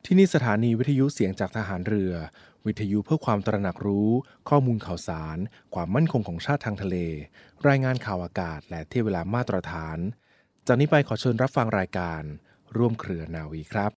ที่นี่สถานีวิทยุเสียงจากทหารเรือวิทยุเพื่อความตระหนักรู้ข้อมูลข่าวสารความมั่นคงของชาติทางทะเลรายงานข่าวอากาศและเที่ยวเวลามาตรฐานจากนี้ไปขอเชิญรับฟังรายการร่วมเครือนาวีครับ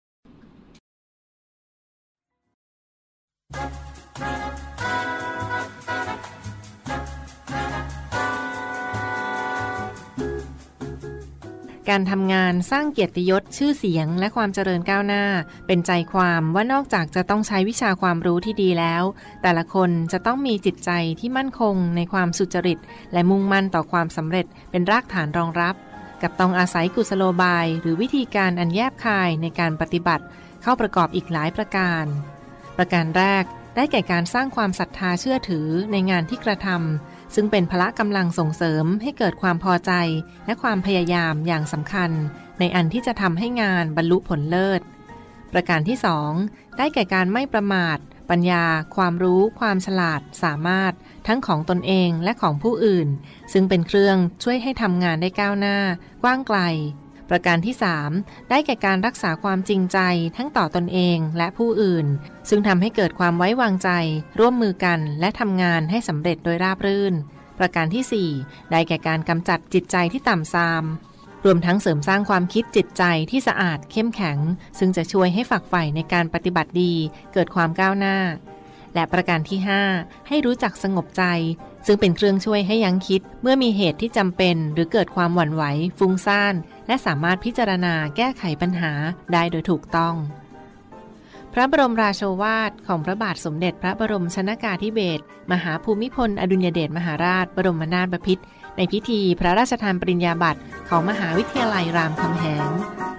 การทำงานสร้างเกียรติยศชื่อเสียงและความเจริญก้าวหน้าเป็นใจความว่านอกจากจะต้องใช้วิชาความรู้ที่ดีแล้วแต่ละคนจะต้องมีจิตใจที่มั่นคงในความสุจริตและมุ่งมั่นต่อความสำเร็จเป็นรากฐานรองรับกับต้องอาศัยกุศโลบายหรือวิธีการอันแยบคายในการปฏิบัติเข้าประกอบอีกหลายประการแรกได้แก่การสร้างความศรัทธาเชื่อถือในงานที่กระทำซึ่งเป็นพละกำลังส่งเสริมให้เกิดความพอใจและความพยายามอย่างสำคัญในอันที่จะทำให้งานบรรลุผลเลิศประการที่2ได้แก่การไม่ประมาทปัญญาความรู้ความฉลาดสามารถทั้งของตนเองและของผู้อื่นซึ่งเป็นเครื่องช่วยให้ทำงานได้ก้าวหน้ากว้างไกลประการที่3ได้แก่การรักษาความจริงใจทั้งต่อตนเองและผู้อื่นซึ่งทำให้เกิดความไว้วางใจร่วมมือกันและทำงานให้สำเร็จโดยราบรื่นประการที่4ได้แก่การกำจัดจิตใจที่ต่ำทรามรวมทั้งเสริมสร้างความคิดจิตใจที่สะอาดเข้มแข็งซึ่งจะช่วยให้ฝักใฝ่ในการปฏิบัติดีเกิดความก้าวหน้าและประการที่5ให้รู้จักสงบใจซึ่งเป็นเครื่องช่วยให้ยั้งคิดเมื่อมีเหตุที่จำเป็นหรือเกิดความหวั่นไหวฟุ้งซ่านและสามารถพิจารณาแก้ไขปัญหาได้โดยถูกต้องพระบรมราโชวาทของพระบาทสมเด็จพระบรมชนกาธิเบศรมหาภูมิพลอดุลยเดชมหาราชบรมนาถบพิตรในพิธีพระราชทานปริญญาบัตรของมหาวิทยาลัยรามคำแหง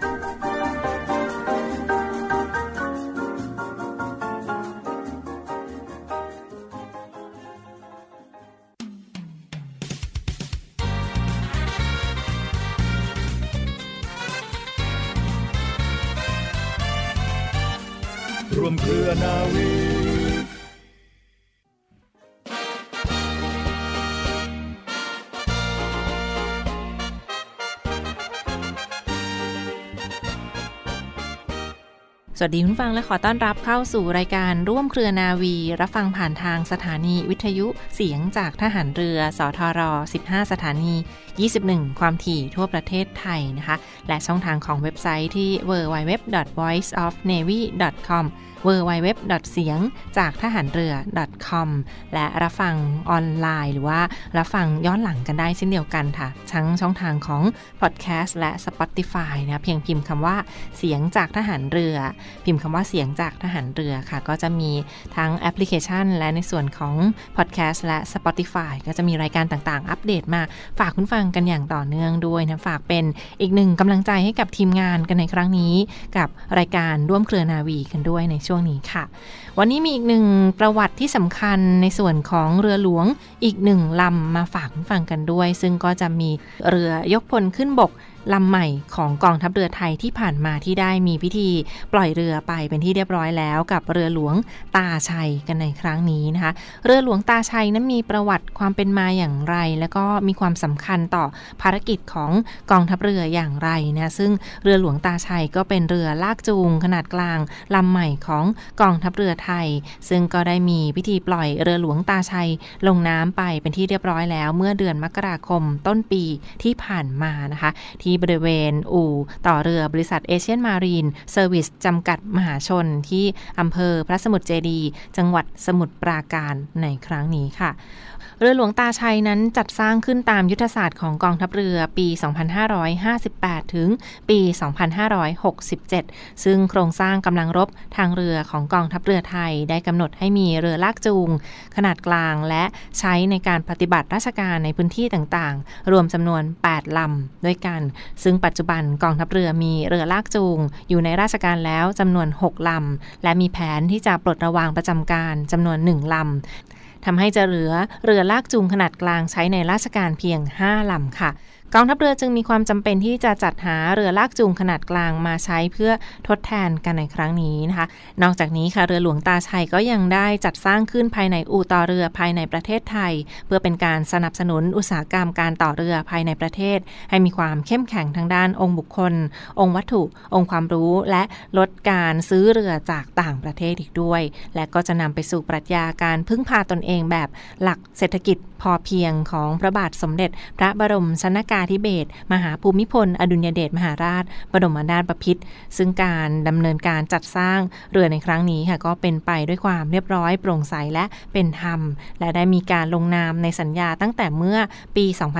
ร่วมเครือนาวีสวัสดีคุณฟังและขอต้อนรับเข้าสู่รายการร่วมเครือนาวีรับฟังผ่านทางสถานีวิทยุเสียงจากทหารเรือสทร15สถานี21ความถี่ทั่วประเทศไทยนะคะและช่องทางของเว็บไซต์ที่ www.voiceofnavy.com www. เสียงจากทหารเรือ .com และรับฟังออนไลน์หรือว่ารับฟังย้อนหลังกันได้เช่นเดียวกันค่ะทั้งช่องทางของ Podcast และ Spotify นะเพียงพิมพ์คำว่าเสียงจากทหารเรือพิมพ์คำว่าเสียงจากทหารเรือค่ะก็จะมีทั้งแอปพลิเคชันและในส่วนของ Podcast และ Spotify ก็จะมีรายการต่างๆอัปเดตมาฝากคุณฟังกันอย่างต่อเนื่องด้วยนะฝากเป็นอีกหนึ่งกำลังใจให้กับทีมงานกันในครั้งนี้กับรายการร่วมเครือนาวีกันด้วยในช่วงนี้ค่ะวันนี้มีอีกหนึ่งประวัติที่สำคัญในส่วนของเรือหลวงอีกหนึ่งลำมาฝากฟังกันด้วยซึ่งก็จะมีเรือยกพลขึ้นบกลำใหม่ของกองทัพเรือไทยที่ผ่านมาที่ได้มีพิธีปล่อยเรือไปเป็นที่เรียบร้อยแล้วกับเรือหลวงตาชัยกันในครั้งนี้นะคะเรือหลวงตาชัยนั้นมีประวัติความเป็นมาอย่างไรแล้วก็มีความสำคัญต่อภารกิจของกองทัพเรืออย่างไรนะซึ่งเรือหลวงตาชัยก็เป็นเรือลากจูงขนาดกลางลำใหม่ของกองทัพเรือไทยซึ่งก็ได้มีพิธีปล่อยเรือหลวงตาชัยลงน้ำไปเป็นที่เรียบร้อยแล้วเมื่อเดือนมกราคมต้นปีที่ผ่านมานะคะที่บริเวณอู่ต่อเรือบริษัทเอเชียนมารีนเซอร์วิสจำกัดมหาชนที่อำเภอพระสมุทรเจดีย์จังหวัดสมุทรปราการในครั้งนี้ค่ะเรือหลวงตาชัยนั้นจัดสร้างขึ้นตามยุทธศาสตร์ของกองทัพเรือปี 2558 ถึงปี 2567 ซึ่งโครงสร้างกำลังรบทางเรือของกองทัพเรือไทยได้กำหนดให้มีเรือลากจูงขนาดกลางและใช้ในการปฏิบัติราชการในพื้นที่ต่างๆรวมจำนวน8ลำด้วยกันซึ่งปัจจุบันกองทัพเรือมีเรือลากจูงอยู่ในราชการแล้วจำนวน6ลำและมีแผนที่จะปลดระวางประจำการจำนวน1ลำทำให้จะเหลือเรือลากจูงขนาดกลางใช้ในราชการเพียง5ลำค่ะกองทัพเรือจึงมีความจำเป็นที่จะจัดหาเรือลากจูงขนาดกลางมาใช้เพื่อทดแทนกันในครั้งนี้นะคะนอกจากนี้ค่ะเรือหลวงตาชัยก็ยังได้จัดสร้างขึ้นภายในอู่ต่อเรือภายในประเทศไทยเพื่อเป็นการสนับสนุนอุตสาหกรรมการต่อเรือภายในประเทศให้มีความเข้มแข็งทางด้านองค์บุคคลองค์วัตถุองค์ความรู้และลดการซื้อเรือจากต่างประเทศอีกด้วยและก็จะนำไปสู่ปรัชญาการพึ่งพาตนเองแบบหลักเศรษฐกิจพอเพียงของพระบาทสมเด็จพระบรมชนกาธิเบศรมหาภูมิพลอดุลยเดชมหาราชบรมนาถบพิตรซึ่งการดำเนินการจัดสร้างเรือในครั้งนี้ค่ะก็เป็นไปด้วยความเรียบร้อยโปร่งใสและเป็นธรรมและได้มีการลงนามในสัญญาตั้งแต่เมื่อปี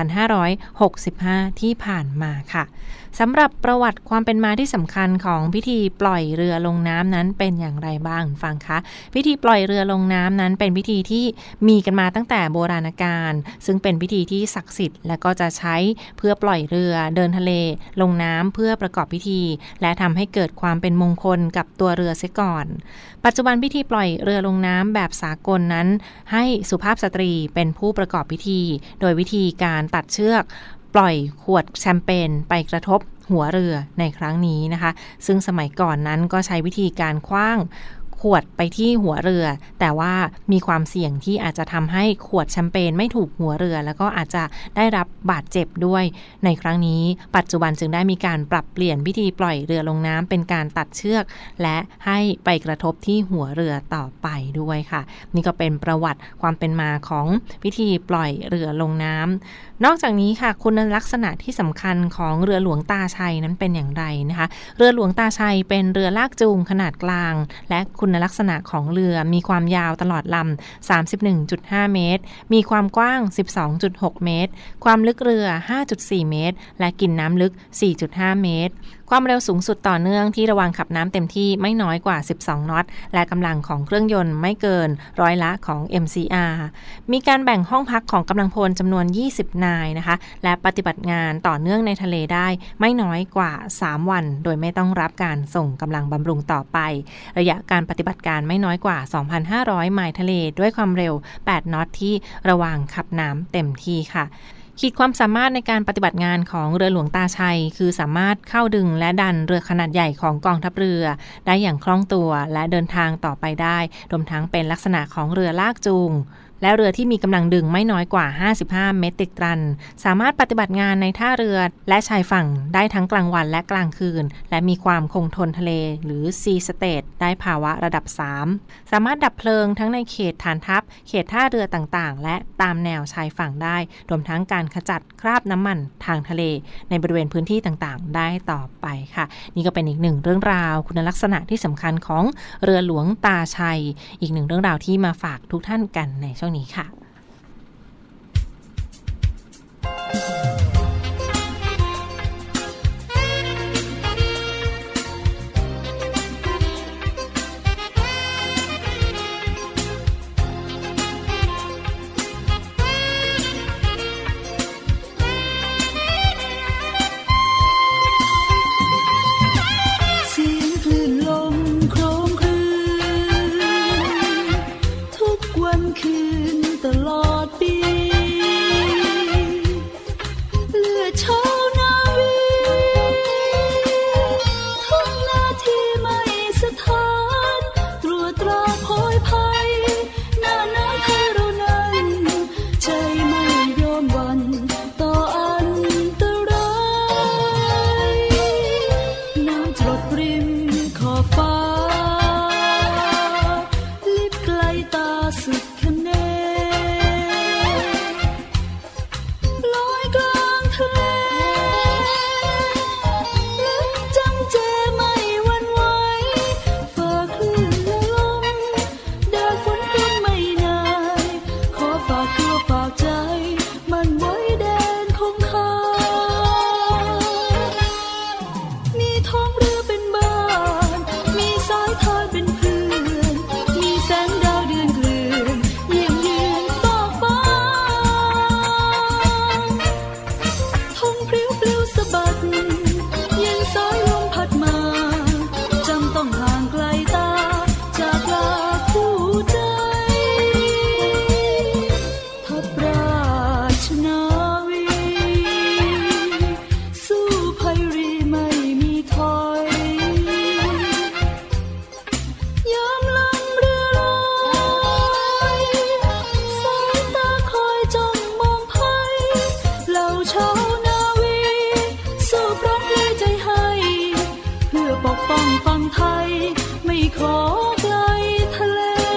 2565 ที่ผ่านมาค่ะสำหรับประวัติความเป็นมาที่สำคัญของพิธีปล่อยเรือลงน้ำนั้นเป็นอย่างไรบ้างฟังคะพิธีปล่อยเรือลงน้ำนั้นเป็นพิธีที่มีกันมาตั้งแต่โบราณกาลซึ่งเป็นพิธีที่ศักดิ์สิทธิ์และก็จะใช้เพื่อปล่อยเรือเดินทะเลลงน้ำเพื่อประกอบพิธีและทำให้เกิดความเป็นมงคลกับตัวเรือเสียก่อนปัจจุบันพิธีปล่อยเรือลงน้ำแบบสากลนั้นให้สุภาพสตรีเป็นผู้ประกอบพิธีโดยวิธีการตัดเชือกปล่อยขวดแชมเปญไปกระทบหัวเรือในครั้งนี้นะคะซึ่งสมัยก่อนนั้นก็ใช้วิธีการขว้างขวดไปที่หัวเรือแต่ว่ามีความเสี่ยงที่อาจจะทำให้ขวดแชมเปญไม่ถูกหัวเรือแล้วก็อาจจะได้รับบาดเจ็บด้วยในครั้งนี้ปัจจุบันจึงได้มีการปรับเปลี่ยนพิธีปล่อยเรือลงน้ำเป็นการตัดเชือกและให้ไปกระทบที่หัวเรือต่อไปด้วยค่ะนี่ก็เป็นประวัติความเป็นมาของพิธีปล่อยเรือลงน้ำนอกจากนี้ค่ะคุณลักษณะที่สำคัญของเรือหลวงตาชัยนั้นเป็นอย่างไรนะคะเรือหลวงตาชัยเป็นเรือลากจูงขนาดกลางและคุณลักษณะของเรือมีความยาวตลอดลำ 31.5 เมตรมีความกว้าง 12.6 เมตรความลึกเรือ 5.4 เมตรและกินน้ำลึก 4.5 เมตรความเร็วสูงสุดต่อเนื่องที่ระวังขับน้ำเต็มที่ไม่น้อยกว่า 12 น็อตและกำลังของเครื่องยนต์ไม่เกินร้อยละของ MCR มีการแบ่งห้องพักของกำลังพลจำนวน 20 นายนะคะและปฏิบัติงานต่อเนื่องในทะเลได้ไม่น้อยกว่า 3 วันโดยไม่ต้องรับการส่งกำลังบำรุงต่อไประยะการปฏิบัติการไม่น้อยกว่า 2,500 ไมล์ทะเลด้วยความเร็ว 8 น็อตที่ระวังขับน้ำเต็มที่ค่ะขีดความสามารถในการปฏิบัติงานของเรือหลวงตาชัยคือสามารถเข้าดึงและดันเรือขนาดใหญ่ของกองทัพเรือได้อย่างคล่องตัวและเดินทางต่อไปได้รวมทั้งเป็นลักษณะของเรือลากจูงและเรือที่มีกำลังดึงไม่น้อยกว่า55เมตริกตันสามารถปฏิบัติงานในท่าเรือและชายฝั่งได้ทั้งกลางวันและกลางคืนและมีความคงทนทะเลหรือ Sea State ได้ภาวะระดับ3สามารถดับเพลิงทั้งในเขตฐานทัพเขตท่าเรือต่างๆและตามแนวชายฝั่งได้รวมทั้งการขจัดคราบน้ำมันทางทะเลในบริเวณพื้นที่ต่างๆได้ต่อไปค่ะนี่ก็เป็นอีกหนึ่งเรื่องราวคุณลักษณะที่สำคัญของเรือหลวงตาชัยอีกหนึ่งเรื่องราวที่มาฝากทุกท่านกันในช่วงนี้ค่ะไทยไม่ขอไกลทะเล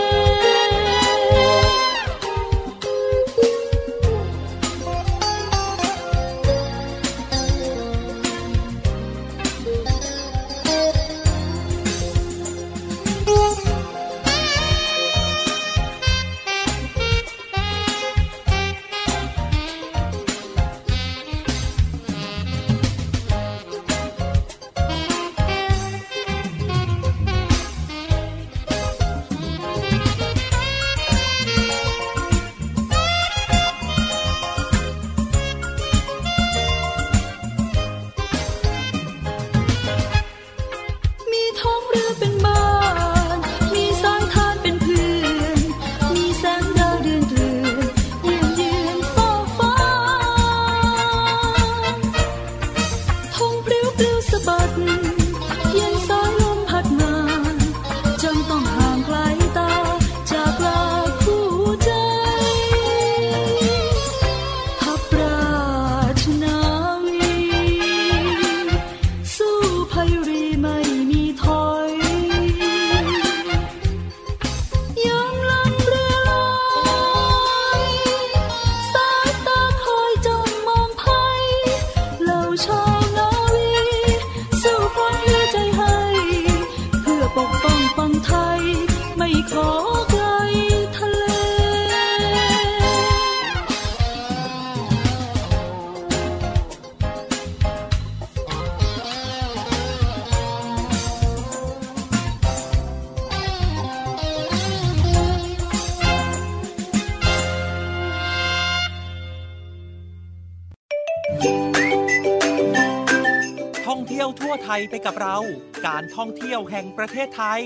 ท่องเที่ยวทั่วไทยไปกับเราการท่องเที่ยวแห่งประเทศไทย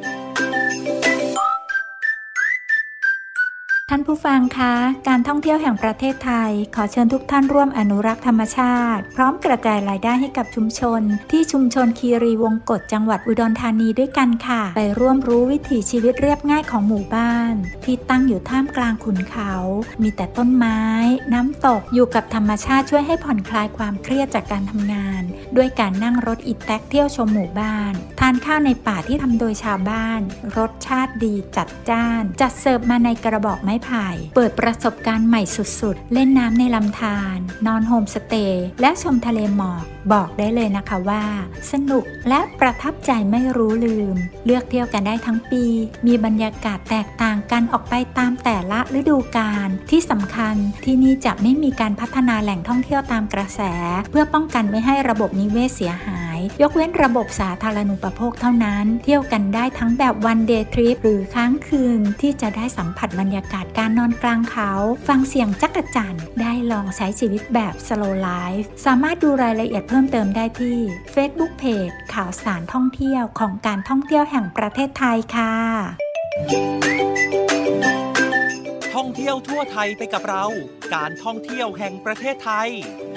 ท่านผู้ฟังคะการท่องเที่ยวแห่งประเทศไทยขอเชิญทุกท่านร่วมอนุรักษ์ธรรมชาติพร้อมกระจายรายได้ให้กับชุมชนที่ชุมชนคีรีวงกฏจังหวัดอุดรธานีด้วยกันค่ะไปร่วมรู้วิถีชีวิตเรียบง่ายของหมู่บ้านที่ตั้งอยู่ท่ามกลางขุนเขามีแต่ต้นไม้น้ำตกอยู่กับธรรมชาติช่วยให้ผ่อนคลายความเครียดจากการทำงานด้วยการนั่งรถอีแต๊กเที่ยวชมหมู่บ้านทานข้าวในป่าที่ทำโดยชาวบ้านรสชาติดีจัดจ้านจัดเสิร์ฟมาในกระบอกไม้ไผ่เปิดประสบการณ์ใหม่สุดๆเล่นน้ำในลำธารนอนโฮมสเตย์และชมทะเลหมอกบอกได้เลยนะคะว่าสนุกและประทับใจไม่รู้ลืมเลือกเที่ยวกันได้ทั้งปีมีบรรยากาศแตกต่างกันออกไปตามแต่ละฤดูกาลที่สำคัญที่นี่จะไม่มีการพัฒนาแหล่งท่องเที่ยวตามกระแสเพื่อป้องกันไม่ให้ระบบนิเวศเสียหายยกเว้นระบบสาธารณูปโภคเท่านั้นเที่ยวกันได้ทั้งแบบวันเดย์ทริปหรือค้างคืนที่จะได้สัมผัสบรรยากาศการนอนกลางเขาฟังเสียงจักจั่นได้ลองใช้ชีวิตแบบ slow life สามารถดูรายละเอียดเพิ่มเติมได้ที่ Facebook Page ข่าวสารท่องเที่ยวของการท่องเที่ยวแห่งประเทศไทยค่ะท่องเที่ยวทั่วไทยไปกับเราการท่องเที่ยวแห่งประเทศไทย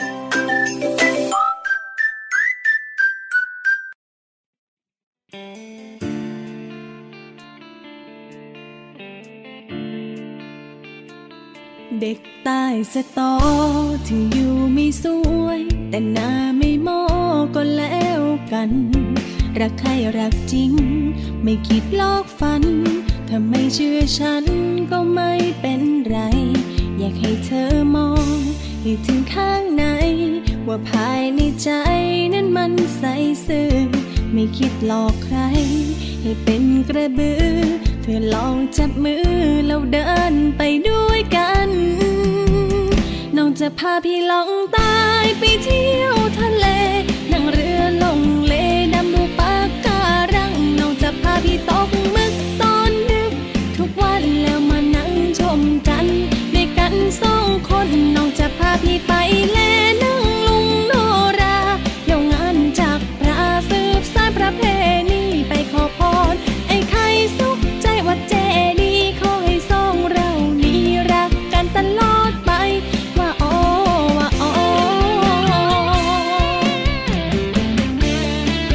เด็กใต้สตอที่อยู่ไม่สวยแต่หน้าไม่มอก็แล้วกันรักใครรักจริงไม่คิดลอกฟันถ้าไม่เชื่อฉันก็ไม่เป็นไรอยากให้เธอมองให้ถึงข้างในว่าภายในใจนั้นมันใสซื่อไม่คิดหลอกใครให้เป็นกระบือเธอลองจับมือแล้วเดินไปด้วยกันน้องจะพาพี่ล่องใต้ไปเที่ยวทะเลนั่งเรือลงเลดำดูปะการังน้องจะพาพี่ตกหมึกตอนดึกทุกวันแล้วมานั่งชมกันด้วยกันสองคนน้องจะพาพี่ไปเลนั่งลุงโนราเที่ยวงานจากพระสืบสานประเพณีไปขอพรไอ้ไข่สุขใจวัดเจดีย์ขอให้สองเรานี้รักกันตลอดไปว่าโอ้ว่าโอ้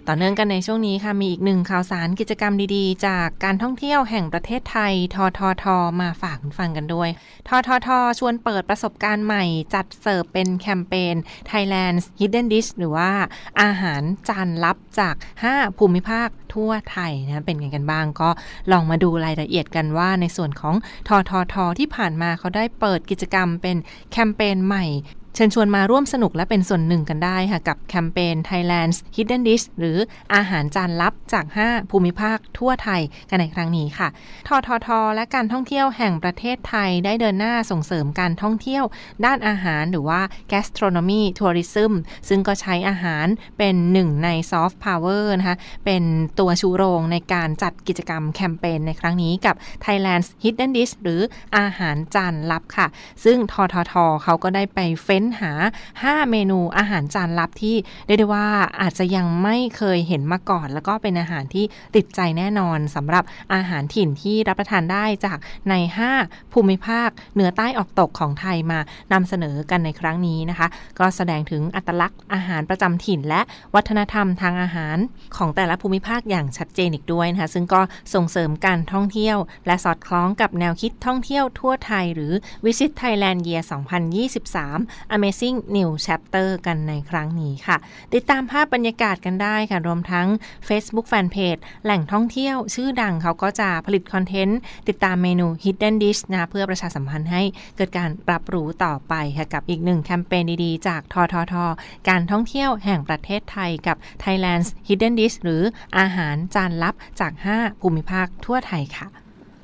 ต่อเนื่องกันในช่วงนี้ค่ะมีอีกหนึ่งข่าวสารกิจกรรมดีๆจากการท่องเที่ยวแห่งประเทศไทยททท.มาฝากคุณฟังกันด้วยททท.ชวนเปิดประสบการณ์ใหม่จัดเสิร์ฟเป็นแคมเปญ Thailand's Hidden Dish หรือว่าอาหารจานลับจาก5ภูมิภาคทั่วไทยนะเป็นกันบ้างก็ลองมาดูรายละเอียดกันว่าในส่วนของททท.ที่ผ่านมาเขาได้เปิดกิจกรรมเป็นแคมเปญใหม่เชิญชวนมาร่วมสนุกและเป็นส่วนหนึ่งกันได้ค่ะกับแคมเปญ Thailand's Hidden Dish หรืออาหารจานลับจาก5ภูมิภาคทั่วไทยกันในครั้งนี้ค่ะททท.และการท่องเที่ยวแห่งประเทศไทยได้เดินหน้าส่งเสริมการท่องเที่ยวด้านอาหารหรือว่า Gastronomy Tourism ซึ่งก็ใช้อาหารเป็นหนึ่งใน Soft Power นะคะเป็นตัวชูโรงในการจัดกิจกรรมแคมเปญในครั้งนี้กับ Thailand's Hidden Dish หรืออาหารจานลับค่ะซึ่งททท.เขาก็ได้ไปเฟ้นหา5เมนูอาหารจานลับที่เรียกได้ว่าอาจจะยังไม่เคยเห็นมาก่อนแล้วก็เป็นอาหารที่ติดใจแน่นอนสำหรับอาหารถิ่นที่รับประทานได้จากใน5ภูมิภาคเหนือใต้ออกตกของไทยมานำเสนอกันในครั้งนี้นะคะก็แสดงถึงอัตลักษณ์อาหารประจำถิ่นและวัฒนธรรมทางอาหารของแต่ละภูมิภาคอย่างชัดเจนอีกด้วยนะคะซึ่งก็ส่งเสริมการท่องเที่ยวและสอดคล้องกับแนวคิดท่องเที่ยวทั่วไทยหรือ Visit Thailand Year 2023 Amazing New Chapter กันในครั้งนี้ค่ะติดตามภาพบรรยากาศกันได้ค่ะรวมทั้ง Facebook Fanpage แหล่งท่องเที่ยวชื่อดังเขาก็จะผลิตคอนเทนต์ติดตามเมนู Hidden Dish นะเพื่อประชาสัมพันธ์ให้เกิดการรับรู้ต่อไปค่ะกับอีกหนึ่งแคมเปญดีๆจากททท.การท่องเที่ยวแห่งประเทศไทยกับ Thailand's Hidden Dish หรืออาหารจานลับจาก5ภูมิภาคทั่วไทยค่ะ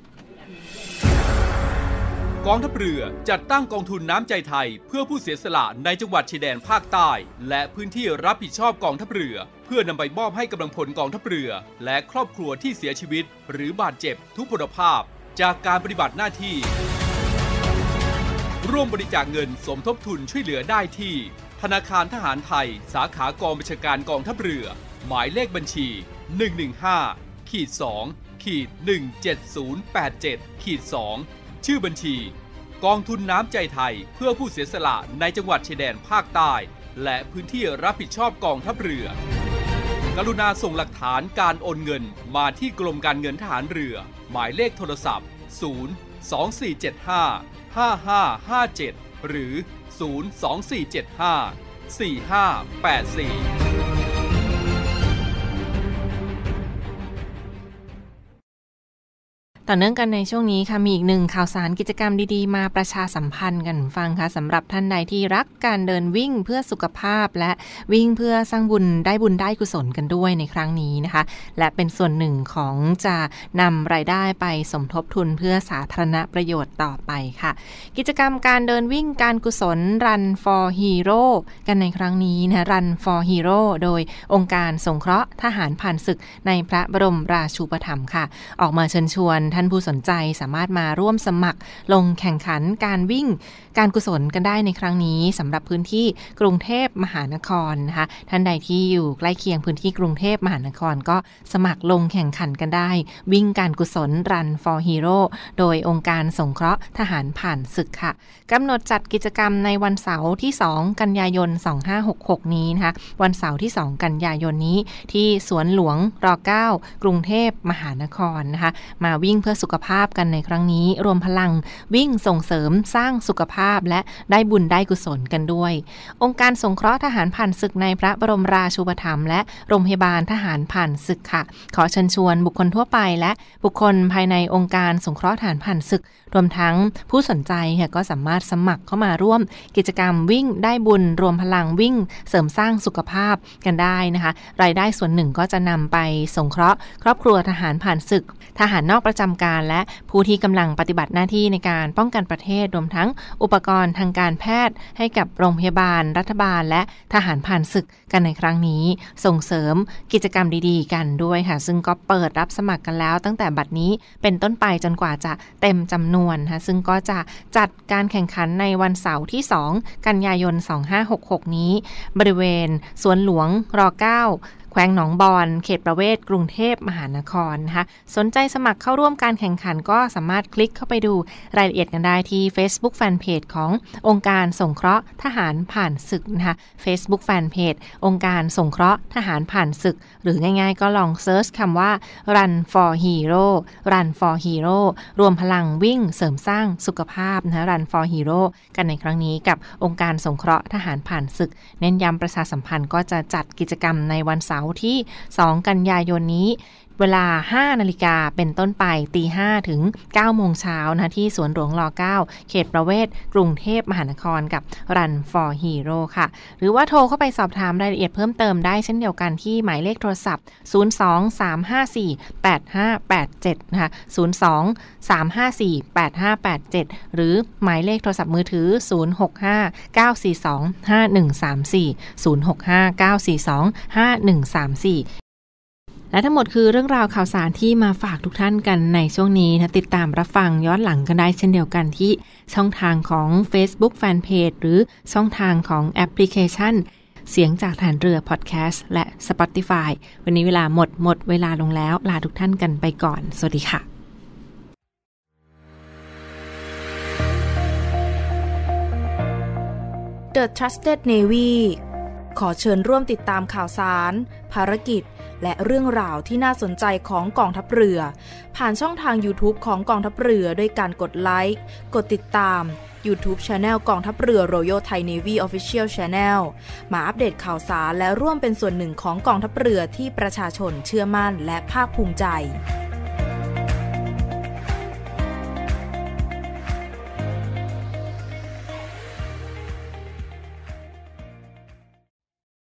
กองทัพเรือจัดตั้งกองทุนน้ำใจไทยเพื่อผู้เสียสละในจังหวัดชายแดนภาคใต้และพื้นที่รับผิดชอบกองทัพเรือเพื่อนำไปมอบให้กำลังพลกองทัพเรือและครอบครัวที่เสียชีวิตหรือบาดเจ็บทุพพลภาพจากการปฏิบัติหน้าที่ร่วมบริจาคเงินสมทบทุนช่วยเหลือได้ที่ธนาคารทหารไทยสาขากองบัญชาการกองทัพเรือหมายเลขบัญชี 115-2-17087-2ชื่อบัญชีกองทุนน้ำใจไทยเพื่อผู้เสียสละในจังหวัดชายแดนภาคใต้และพื้นที่รับผิดชอบกองทัพเรือกรุณาส่งหลักฐานการโอนเงินมาที่กรมการเงินทหารเรือหมายเลขโทรศัพท์024755557หรือ024754584 ต่อเนื่องกันในช่วงนี้ค่ะมีอีกหนึ่งข่าวสารกิจกรรมดีๆมาประชาสัมพันธ์กันฟังค่ะสำหรับท่านใดที่รักการเดินวิ่งเพื่อสุขภาพและวิ่งเพื่อสร้างบุญได้กุศลกันด้วยในครั้งนี้นะคะและเป็นส่วนหนึ่งของจะนำรายได้ไปสมทบทุนเพื่อสาธารณประโยชน์ต่อไปค่ะกิจกรรมการเดินวิ่งการกุศล Run for Hero กันในครั้งนี้นะ Run for Hero โดยองค์การสงเคราะห์ทหารผ่านศึกในพระบรมราชูปถัมภ์ค่ะออกมาเชิญชวนท่านผู้สนใจสามารถมาร่วมสมัครลงแข่งขันการวิ่งการกุศลกันได้ในครั้งนี้สำหรับพื้นที่กรุงเทพมหานครนะคะท่านใดที่อยู่ใกล้เคียงพื้นที่กรุงเทพมหานครก็สมัครลงแข่งขันกันได้วิ่งการกุศล Run for Hero โดยองค์การสงเคราะห์ทหารผ่านศึกค่ะกำหนดจัดกิจกรรมในวันเสาร์ที่2กันยายน2566นี้นะคะวันเสาร์ที่2กันยายนนี้ที่สวนหลวงร9กรุงเทพมหานครนะคะมาวิ่งเพื่อสุขภาพกันในครั้งนี้รวมพลังวิ่งส่งเสริมสร้างสุขภาพและได้บุญได้กุศลกันด้วยองค์การสงเคราะห์ทหารผ่านศึกในพระบรมราชูปถัมภ์และโรงพยาบาลทหารผ่านศึกค่ะขอเชิญชวนบุคคลทั่วไปและบุคคลภายในองค์การสงเคราะห์ทหารผ่านศึกรวมทั้งผู้สนใจค่ะก็สามารถสมัครเข้ามาร่วมกิจกรรมวิ่งได้บุญรวมพลังวิ่งเสริมสร้างสุขภาพกันได้นะคะรายได้ส่วนหนึ่งก็จะนำไปสงเคราะห์ครอบครัวทหารผ่านศึกทหารนอกประจำการและผู้ที่กำลังปฏิบัติหน้าที่ในการป้องกันประเทศรวมทั้งอุปกรณ์ทางการแพทย์ให้กับโรงพยาบาลรัฐบาลและทหารผ่านศึกกันในครั้งนี้ส่งเสริมกิจกรรมดีๆกันด้วยค่ะซึ่งก็เปิดรับสมัครกันแล้วตั้งแต่บัดนี้เป็นต้นไปจนกว่าจะเต็มจำนวนค่ะซึ่งก็จะจัดการแข่งขันในวันเสาร์ที่2กันยายน2566นี้บริเวณสวนหลวงร9 แขวงหนองบอนเขตประเวศกรุงเทพมหานครนะคะสนใจสมัครเข้าร่วมการแข่งขันก็สามารถคลิกเข้าไปดูรายละเอียดกันได้ที่ Facebook Fanpage ขององค์การสงเคราะห์ทหารผ่านศึกนะคะ Facebook Fanpage องค์การสงเคราะห์ทหารผ่านศึกหรือง่ายๆก็ลองเซิร์ชคำว่า Run for Hero Run for Hero รวมพลังวิ่งเสริมสร้างสุขภาพนะ Run for Hero กันในครั้งนี้กับองค์การสงเคราะห์ทหารผ่านศึกเน้นย้ำประชาสัมพันธ์ก็จะจัดกิจกรรมในวันเสาร์ที่2กันยายนนี้เวลา 5 นาฬิกาเป็นต้นไป 5:00 ถึง 9 โมงเช้านะที่สวนหลวงร9 เขตประเวศกรุงเทพมหานครกับ Run for Hero ค่ะหรือว่าโทรเข้าไปสอบถามรายละเอียดเพิ่มเติมได้เช่นเดียวกันที่หมายเลขโทรศัพท์ 023548587 นะคะ 023548587 หรือหมายเลขโทรศัพท์มือถือ 065-942-5134 065-942-5134และทั้งหมดคือเรื่องราวข่าวสารที่มาฝากทุกท่านกันในช่วงนี้นะติดตามรับฟังย้อนหลังกันได้เช่นเดียวกันที่ช่องทางของ Facebook Fanpage หรือช่องทางของแอปพลิเคชันเสียงจากฐานเรือพอดแคสต์และ Spotify วันนี้เวลาหมดเวลาลงแล้วลาทุกท่านกันไปก่อนสวัสดีค่ะ The Trusted Navy ขอเชิญร่วมติดตามข่าวสารภารกิจและเรื่องราวที่น่าสนใจของกองทัพเรือผ่านช่องทาง YouTube ของกองทัพเรือด้วยการกดไลค์กดติดตาม YouTube Channel กองทัพเรือ Royal Thai Navy Official Channel มาอัปเดตข่าวสารและร่วมเป็นส่วนหนึ่งของกองทัพเรือที่ประชาชนเชื่อมั่นและภาคภูมิใจ